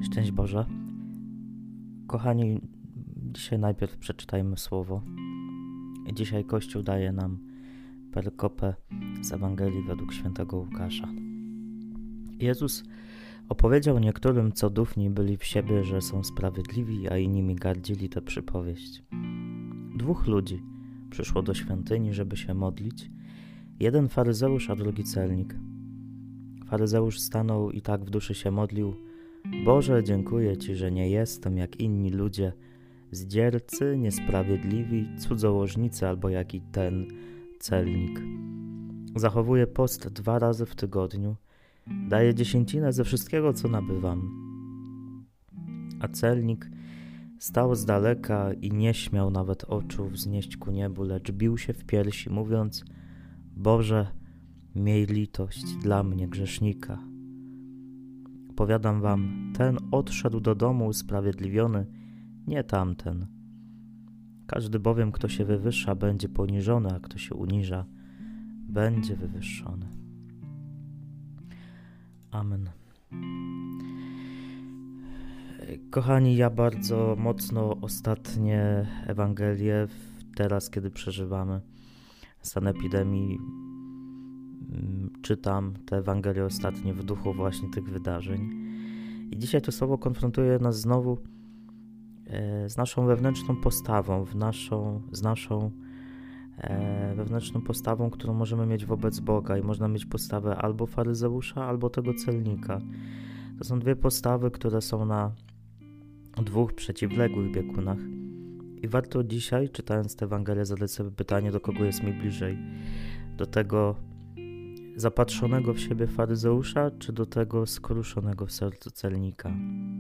Szczęść Boże. Kochani, dzisiaj najpierw przeczytajmy Słowo. Dzisiaj Kościół daje nam perykopę z Ewangelii według świętego Łukasza. Jezus opowiedział niektórym, co duchni byli w siebie, że są sprawiedliwi, a innymi gardzili tę przypowieść. 2 ludzi przyszło do świątyni, żeby się modlić. Jeden faryzeusz, a drugi celnik. Faryzeusz stanął i tak w duszy się modlił: Boże, dziękuję Ci, że nie jestem jak inni ludzie, zdziercy, niesprawiedliwi, cudzołożnicy albo jak i ten celnik. Zachowuję post 2 razy w tygodniu, daję dziesięcinę ze wszystkiego, co nabywam. A celnik stał z daleka i nie śmiał nawet oczu wznieść ku niebu, lecz bił się w piersi, mówiąc: Boże, miej litość dla mnie, grzesznika. Powiadam wam, ten odszedł do domu usprawiedliwiony, nie tamten. Każdy bowiem, kto się wywyższa, będzie poniżony, a kto się uniża, będzie wywyższony. Amen. Kochani, ja bardzo mocno ostatnie Ewangelie, teraz kiedy przeżywamy stan epidemii, czytam te Ewangelie ostatnie w duchu właśnie tych wydarzeń. I dzisiaj to słowo konfrontuje nas znowu z naszą wewnętrzną postawą, z naszą wewnętrzną postawą, którą możemy mieć wobec Boga, i można mieć postawę albo faryzeusza, albo tego celnika. To są 2 postawy, które są na 2 przeciwległych biegunach. I warto dzisiaj, czytając tę Ewangelię, zadać sobie pytanie, do kogo jest mi bliżej. Do tego zapatrzonego w siebie faryzeusza, czy do tego skruszonego w sercu celnika.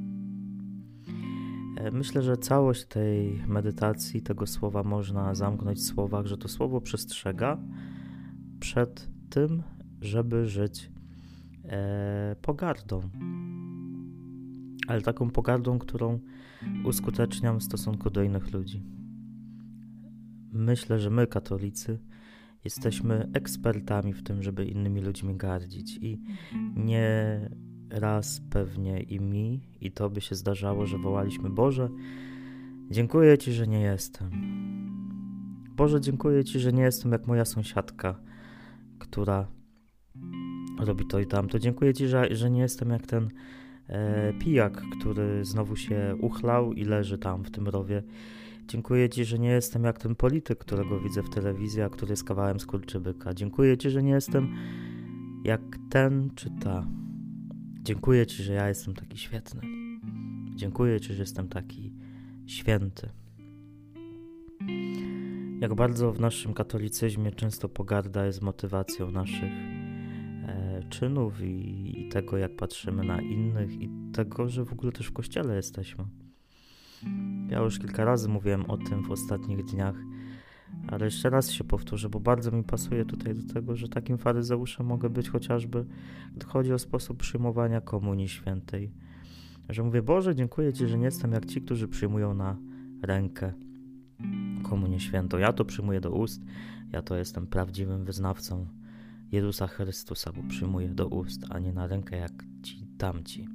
Myślę, że całość tej medytacji, tego słowa można zamknąć w słowach, że to słowo przestrzega przed tym, żeby żyć pogardą. Ale taką pogardą, którą uskuteczniam w stosunku do innych ludzi. Myślę, że my, katolicy, jesteśmy ekspertami w tym, żeby innymi ludźmi gardzić, i nie raz pewnie i mi, i tobie się zdarzało, że wołaliśmy: Boże, dziękuję Ci, że nie jestem. Boże, dziękuję Ci, że nie jestem jak moja sąsiadka, która robi to i tamto. Dziękuję Ci, że nie jestem jak ten pijak, który znowu się uchlał i leży tam w tym rowie. Dziękuję Ci, że nie jestem jak ten polityk, którego widzę w telewizji, a który jest kawałem skurczybyka. Dziękuję Ci, że nie jestem jak ten czy ta. Dziękuję Ci, że ja jestem taki świetny. Dziękuję Ci, że jestem taki święty. Jak bardzo w naszym katolicyzmie często pogarda jest motywacją naszych czynów i tego, jak patrzymy na innych, i tego, że w ogóle też w Kościele jesteśmy. Ja już kilka razy mówiłem o tym w ostatnich dniach, ale jeszcze raz się powtórzę, bo bardzo mi pasuje tutaj do tego, że takim faryzeuszem mogę być chociażby, gdy chodzi o sposób przyjmowania komunii świętej. Że mówię: Boże, dziękuję Ci, że nie jestem jak ci, którzy przyjmują na rękę komunię świętą. Ja to przyjmuję do ust, ja to jestem prawdziwym wyznawcą Jezusa Chrystusa, bo przyjmuję do ust, a nie na rękę jak ci tamci.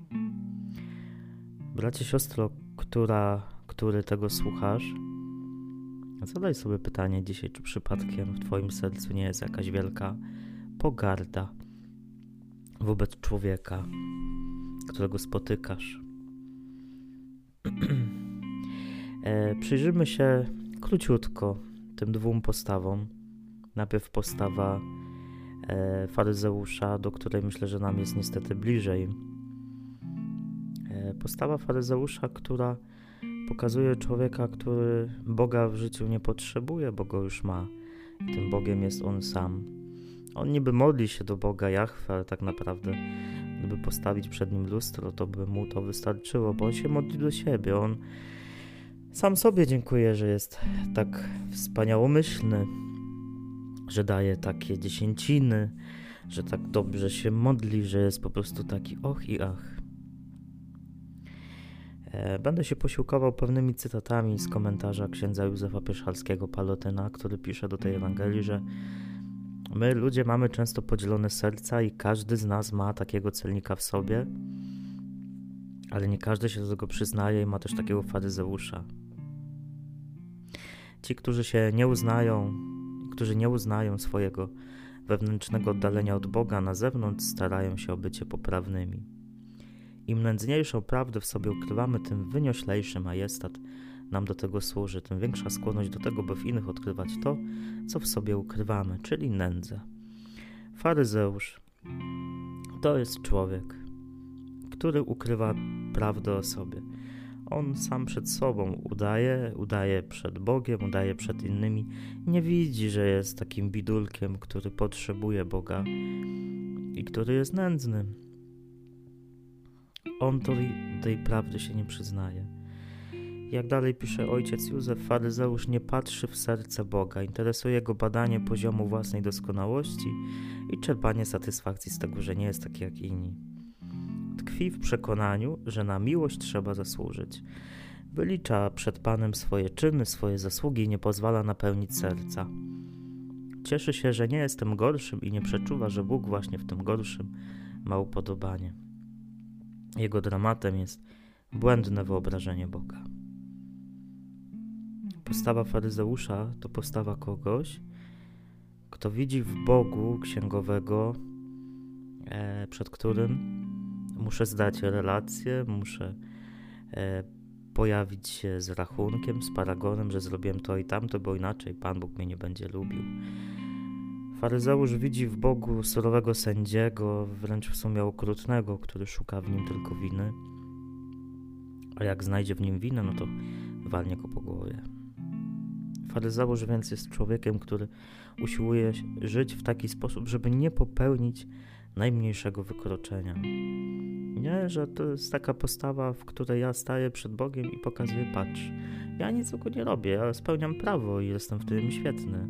Bracie, siostro, który tego słuchasz, zadaj sobie pytanie dzisiaj, czy przypadkiem w Twoim sercu nie jest jakaś wielka pogarda wobec człowieka, którego spotykasz. Przyjrzymy się króciutko tym 2 postawom. Najpierw postawa faryzeusza, do której myślę, że nam jest niestety bliżej. Postawa faryzeusza, która pokazuje człowieka, który Boga w życiu nie potrzebuje, bo go już ma. I tym Bogiem jest on sam. On niby modli się do Boga Jahwe, ale tak naprawdę, gdyby postawić przed nim lustro, to by mu to wystarczyło, bo on się modli do siebie. On sam sobie dziękuję, że jest tak wspaniałomyślny, że daje takie dziesięciny, że tak dobrze się modli, że jest po prostu taki och i ach. Będę się posiłkował pewnymi cytatami z komentarza księdza Józefa Pierzchalskiego-Palotyna, który pisze do tej Ewangelii, że my, ludzie, mamy często podzielone serca i każdy z nas ma takiego celnika w sobie, Ale nie każdy się do tego przyznaje i ma też takiego faryzeusza. Ci, którzy nie uznają swojego wewnętrznego oddalenia od Boga na zewnątrz, starają się o bycie poprawnymi. Im nędzniejszą prawdę w sobie ukrywamy, tym wynioślejszy majestat nam do tego służy, tym większa skłonność do tego, by w innych odkrywać to, co w sobie ukrywamy, czyli nędzę. Faryzeusz to jest człowiek, który ukrywa prawdę o sobie. On sam przed sobą udaje przed Bogiem, udaje przed innymi. Nie widzi, że jest takim bidulkiem, który potrzebuje Boga i który jest nędzny. On tej prawdy się nie przyznaje. Jak dalej pisze ojciec Józef, faryzeusz nie patrzy w serce Boga. Interesuje go badanie poziomu własnej doskonałości i czerpanie satysfakcji z tego, że nie jest taki jak inni. Tkwi w przekonaniu, że na miłość trzeba zasłużyć. Wylicza przed Panem swoje czyny, swoje zasługi i nie pozwala napełnić serca. Cieszy się, że nie jest tym gorszym i nie przeczuwa, że Bóg właśnie w tym gorszym ma upodobanie. Jego dramatem jest błędne wyobrażenie Boga. Postawa faryzeusza to postawa kogoś, kto widzi w Bogu księgowego, przed którym muszę zdać relację, muszę pojawić się z rachunkiem, z paragonem, że zrobiłem to i tamto, bo inaczej Pan Bóg mnie nie będzie lubił. Faryzeusz widzi w Bogu surowego sędziego, wręcz w sumie okrutnego, który szuka w nim tylko winy, a jak znajdzie w nim winę, no to walnie go po głowie. Faryzeusz więc jest człowiekiem, który usiłuje żyć w taki sposób, żeby nie popełnić najmniejszego wykroczenia. Nie, że to jest taka postawa, w której ja staję przed Bogiem i pokazuję, patrz, ja nic tego nie robię, ja spełniam prawo i jestem w tym świetny.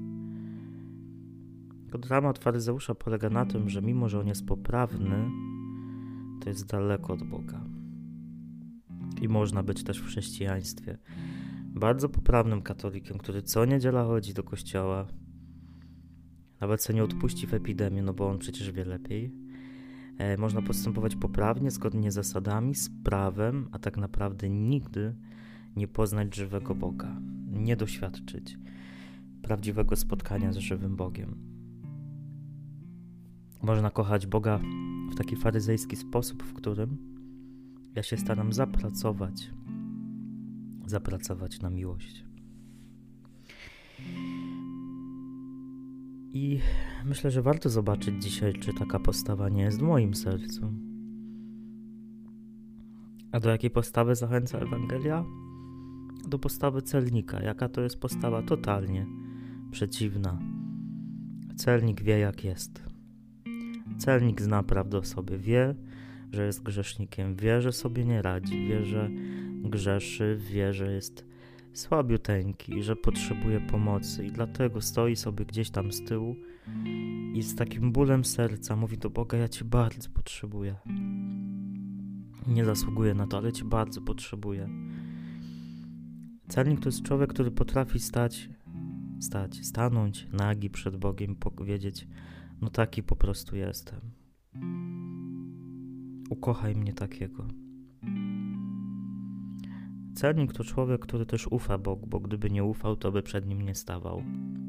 Dramat faryzeusza polega na tym, że mimo, że on jest poprawny, to jest daleko od Boga. I można być też w chrześcijaństwie bardzo poprawnym katolikiem, który co niedziela chodzi do kościoła, nawet sobie nie odpuści w epidemii, no bo on przecież wie lepiej. Można postępować poprawnie, zgodnie z zasadami, z prawem, a tak naprawdę nigdy nie poznać żywego Boga, nie doświadczyć prawdziwego spotkania z żywym Bogiem. Można kochać Boga w taki faryzejski sposób, w którym ja się staram zapracować na miłość. I myślę, że warto zobaczyć dzisiaj, czy taka postawa nie jest w moim sercu. A do jakiej postawy zachęca Ewangelia? Do postawy celnika. Jaka to jest postawa? Totalnie przeciwna. Celnik wie, jak jest. Celnik zna prawdę o sobie, wie, że jest grzesznikiem, wie, że sobie nie radzi, wie, że grzeszy, wie, że jest słabiuteńki, że potrzebuje pomocy i dlatego stoi sobie gdzieś tam z tyłu i z takim bólem serca mówi do Boga, ja Cię bardzo potrzebuję. Nie zasługuję na to, ale Cię bardzo potrzebuję. Celnik to jest człowiek, który potrafi stanąć nagi przed Bogiem i powiedzieć, no taki po prostu jestem. Ukochaj mnie takiego. Celnik to człowiek, który też ufa Bogu, bo gdyby nie ufał, to by przed Nim nie stawał.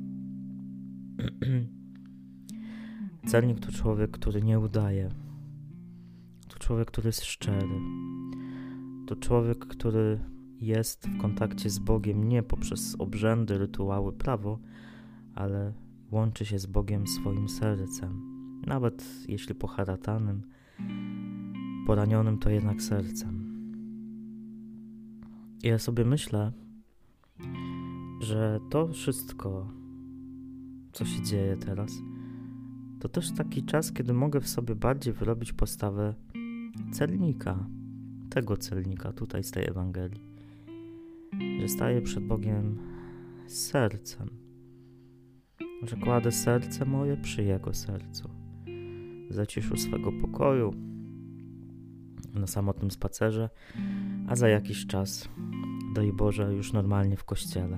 Celnik to człowiek, który nie udaje. To człowiek, który jest szczery. To człowiek, który jest w kontakcie z Bogiem nie poprzez obrzędy, rytuały, prawo, ale łączy się z Bogiem swoim sercem. Nawet jeśli poharatanym, poranionym, to jednak sercem. I ja sobie myślę, że to wszystko, co się dzieje teraz, to też taki czas, kiedy mogę w sobie bardziej wyrobić postawę celnika, tego celnika tutaj z tej Ewangelii, że staję przed Bogiem z sercem, że kładę serce moje przy Jego sercu, w zaciszu swego pokoju, na samotnym spacerze, a za jakiś czas, daj Boże, już normalnie w kościele.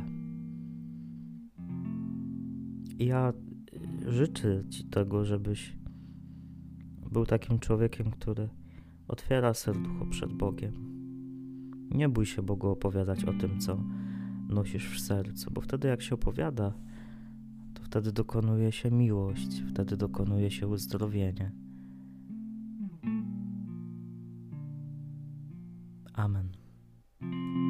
I ja życzę Ci tego, żebyś był takim człowiekiem, który otwiera serducho przed Bogiem. Nie bój się Bogu opowiadać o tym, co nosisz w sercu, bo wtedy jak się opowiada, to wtedy dokonuje się miłość, wtedy dokonuje się uzdrowienie. Amen.